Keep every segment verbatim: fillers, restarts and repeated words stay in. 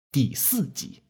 第四集。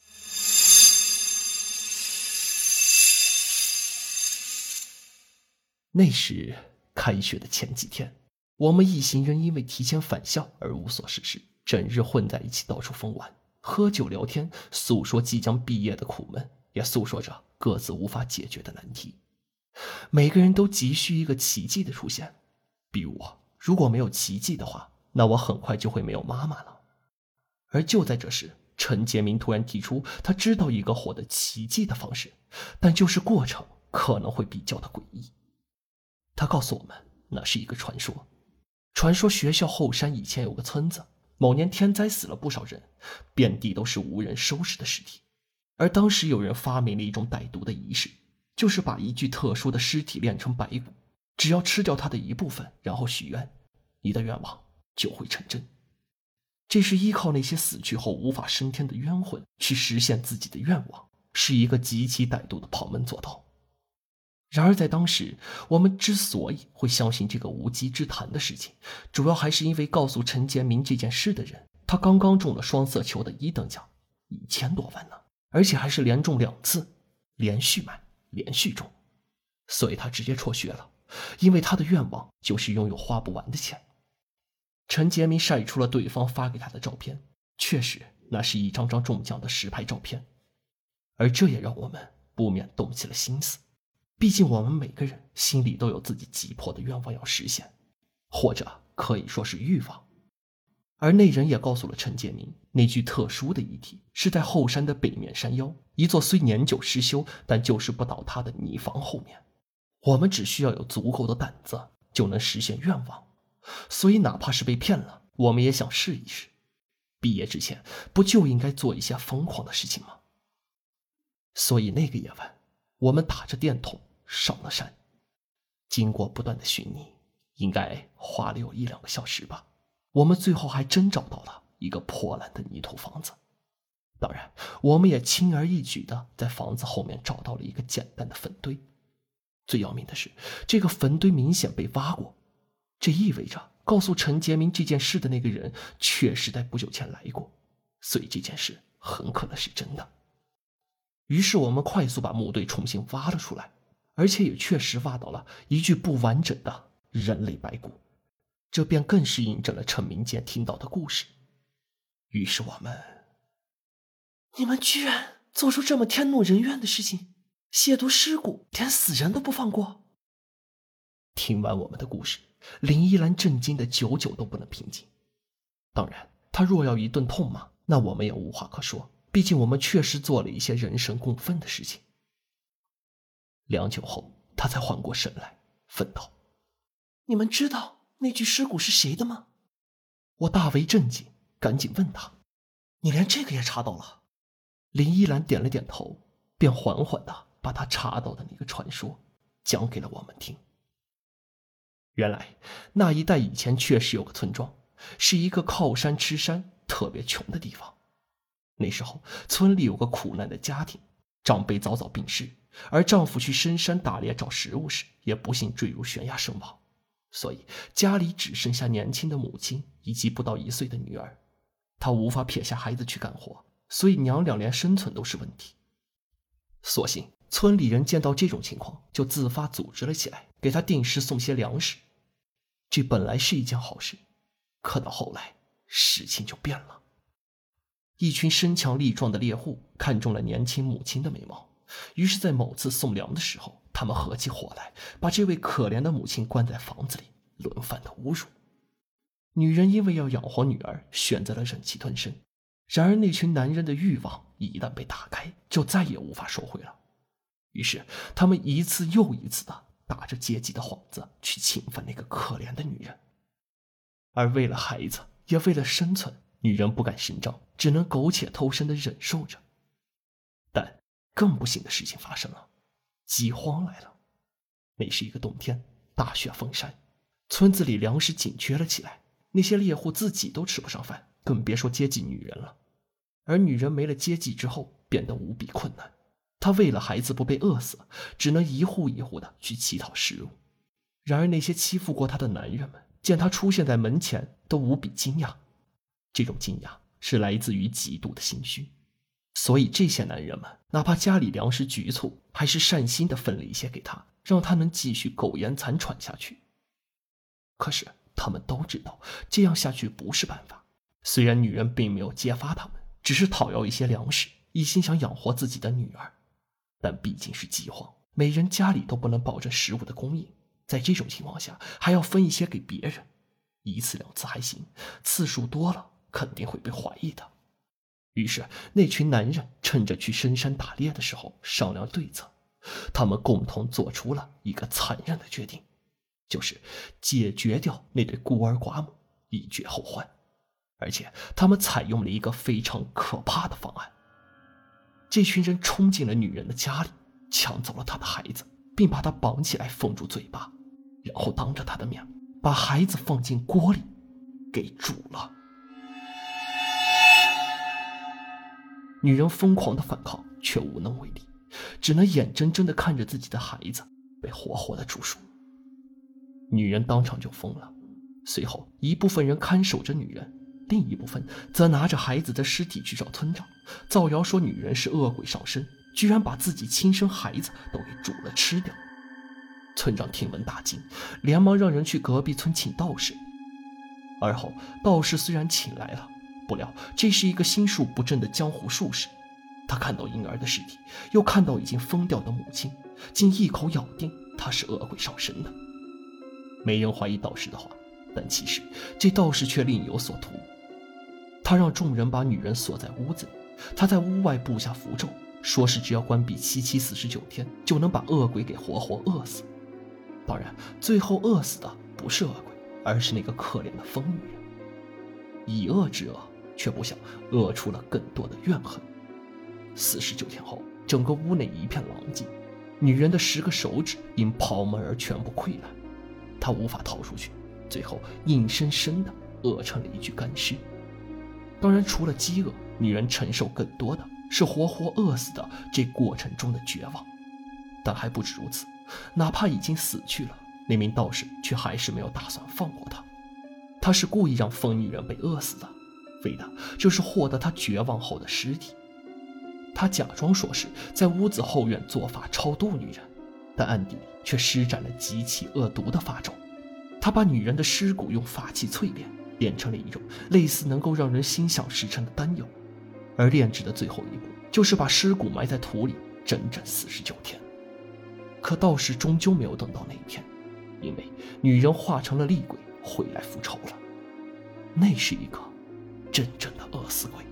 那时开学的前几天，我们一行人因为提前返校而无所事事，整日混在一起到处疯玩，喝酒聊天，诉说即将毕业的苦闷，也诉说着各自无法解决的难题。每个人都急需一个奇迹的出现，比如我，如果没有奇迹的话，那我很快就会没有妈妈了。而就在这时，陈杰明突然提出他知道一个获得奇迹的方式，但就是过程可能会比较的诡异。他告诉我们，那是一个传说。传说学校后山以前有个村子，某年天灾死了不少人，遍地都是无人收拾的尸体。而当时有人发明了一种歹毒的仪式，就是把一具特殊的尸体炼成白骨，只要吃掉它的一部分，然后许愿，你的愿望就会成真。这是依靠那些死去后无法升天的冤魂去实现自己的愿望，是一个极其歹毒的旁门左道。然而在当时，我们之所以会相信这个无稽之谈的事情，主要还是因为告诉陈杰明这件事的人，他刚刚中了双色球的一等奖，一千多万呢，而且还是连中两次，连续买，连续中。所以他直接辍学了，因为他的愿望就是拥有花不完的钱。陈杰明晒出了对方发给他的照片，确实那是一张张中奖的实拍照片，而这也让我们不免动起了心思。毕竟我们每个人心里都有自己急迫的愿望要实现，或者可以说是欲望。而那人也告诉了陈杰明，那具特殊的遗体是在后山的北面山腰，一座虽年久失修但就是不倒塌的泥房后面。我们只需要有足够的胆子就能实现愿望，所以哪怕是被骗了，我们也想试一试。毕业之前不就应该做一些疯狂的事情吗？所以那个夜晚，我们打着电筒上了山，经过不断的寻觅，应该花了有一两个小时吧，我们最后还真找到了一个破烂的泥土房子。当然，我们也轻而易举的在房子后面找到了一个简单的坟堆。最要命的是，这个坟堆明显被挖过，这意味着告诉陈杰明这件事的那个人确实在不久前来过，所以这件事很可能是真的。于是我们快速把墓堆重新挖了出来，而且也确实挖到了一具不完整的人类白骨，这便更是印证了陈明坚听到的故事。于是我们，你们居然做出这么天怒人怨的事情，亵渎尸骨，连死人都不放过。听完我们的故事，林依兰震惊的久久都不能平静。当然，她若要一顿痛骂，那我们也无话可说，毕竟我们确实做了一些人神共愤的事情。良久后，他才缓过神来，问道：“你们知道那具尸骨是谁的吗？”我大为震惊，赶紧问他：“你连这个也查到了？”林依兰点了点头，便缓缓地把他查到的那个传说讲给了我们听。原来那一带以前确实有个村庄，是一个靠山吃山特别穷的地方。那时候村里有个苦难的家庭，长辈早早病逝，而丈夫去深山打猎找食物时也不幸坠入悬崖身亡，所以家里只剩下年轻的母亲以及不到一岁的女儿。她无法撇下孩子去干活，所以娘俩连生存都是问题。所幸村里人见到这种情况，就自发组织了起来，给她定时送些粮食。这本来是一件好事，可到后来事情就变了。一群身强力壮的猎户看中了年轻母亲的美貌，于是在某次送粮的时候，他们合起伙来，把这位可怜的母亲关在房子里，轮番的侮辱。女人因为要养活女儿，选择了忍气吞声。然而那群男人的欲望一旦被打开，就再也无法收回了。于是他们一次又一次的打着阶级的幌子去侵犯那个可怜的女人。而为了孩子，也为了生存，女人不敢声张，只能苟且偷生的忍受着。但更不幸的事情发生了，饥荒来了。那是一个冬天，大雪封山，村子里粮食紧缺了起来，那些猎户自己都吃不上饭，更别说接济女人了。而女人没了接济之后，变得无比困难。她为了孩子不被饿死，只能一户一户的去乞讨食物。然而那些欺负过她的男人们，见她出现在门前，都无比惊讶。这种惊讶是来自于极度的心虚。所以这些男人们哪怕家里粮食局促，还是善心的分了一些给他，让他能继续苟延残喘下去。可是他们都知道这样下去不是办法，虽然女人并没有揭发他们，只是讨要一些粮食，一心想养活自己的女儿，但毕竟是饥荒，每人家里都不能保证食物的供应，在这种情况下还要分一些给别人，一次两次还行，次数多了肯定会被怀疑的。于是那群男人趁着去深山打猎的时候商量对策，他们共同做出了一个残忍的决定，就是解决掉那对孤儿寡母，以绝后患。而且他们采用了一个非常可怕的方案。这群人冲进了女人的家里，抢走了她的孩子，并把她绑起来封住嘴巴，然后当着她的面把孩子放进锅里给煮了。女人疯狂的反抗，却无能为力，只能眼睁睁地看着自己的孩子被活活的煮熟。女人当场就疯了，随后一部分人看守着女人，另一部分则拿着孩子的尸体去找村长，造谣说女人是恶鬼上身，居然把自己亲生孩子都给煮了吃掉。村长听闻大惊，连忙让人去隔壁村请道士。而后道士虽然请来了，不料这是一个心术不正的江湖术士。他看到婴儿的尸体，又看到已经疯掉的母亲，竟一口咬定他是恶鬼上身的。没人怀疑道士的话，但其实这道士却另有所图。他让众人把女人锁在屋子里，他在屋外布下符咒，说是只要关闭七七四十九天，就能把恶鬼给活活饿死。当然最后饿死的不是恶鬼，而是那个可怜的疯女人。以恶制恶，却不想饿出了更多的怨恨。四十九天后，整个屋内一片狼藉，女人的十个手指因刨门而全部溃烂，她无法逃出去，最后硬生生的饿成了一具干尸。当然除了饥饿，女人承受更多的是活活饿死的这过程中的绝望。但还不止如此，哪怕已经死去了，那名道士却还是没有打算放过她。他是故意让疯女人被饿死的，为的就是获得她绝望后的尸体。他假装说是在屋子后院做法超度女人，但暗地里却施展了极其恶毒的法咒。他把女人的尸骨用法器淬炼，炼成了一种类似能够让人心想事成的丹药，而炼制的最后一步就是把尸骨埋在土里整整四十九天。可道士终究没有等到那一天，因为女人化成了厉鬼回来复仇了。那是一个真正的饿死鬼。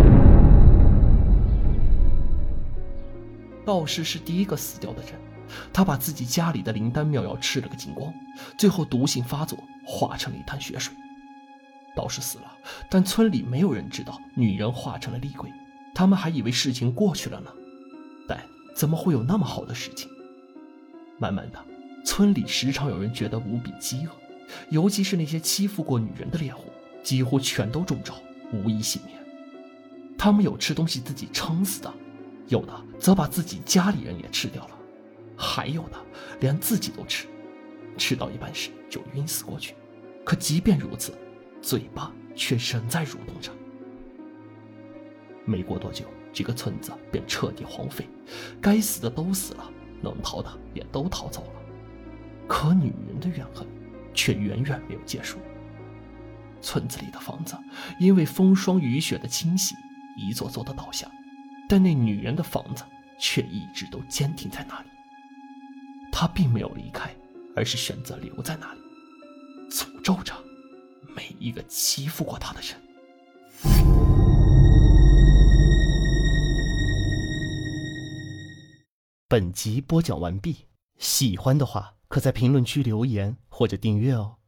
道士是第一个死掉的人，他把自己家里的灵丹妙药吃了个精光，最后毒性发作，化成了一滩血水。道士死了，但村里没有人知道女人化成了厉鬼，他们还以为事情过去了呢。但怎么会有那么好的事情？慢慢的，村里时常有人觉得无比饥饿，尤其是那些欺负过女人的猎户，几乎全都中招，无一幸免。他们有吃东西自己撑死的，有的则把自己家里人也吃掉了，还有的连自己都吃，吃到一半时就晕死过去。可即便如此，嘴巴却仍在蠕动着。没过多久，这个村子便彻底荒废，该死的都死了，能逃的也都逃走了。可女人的怨恨却远远没有结束。村子里的房子因为风霜雨雪的侵袭，一座座的倒下，但那女人的房子却一直都坚挺在那里。她并没有离开，而是选择留在那里，诅咒着每一个欺负过她的人。本集播讲完毕，喜欢的话可在评论区留言或者订阅哦。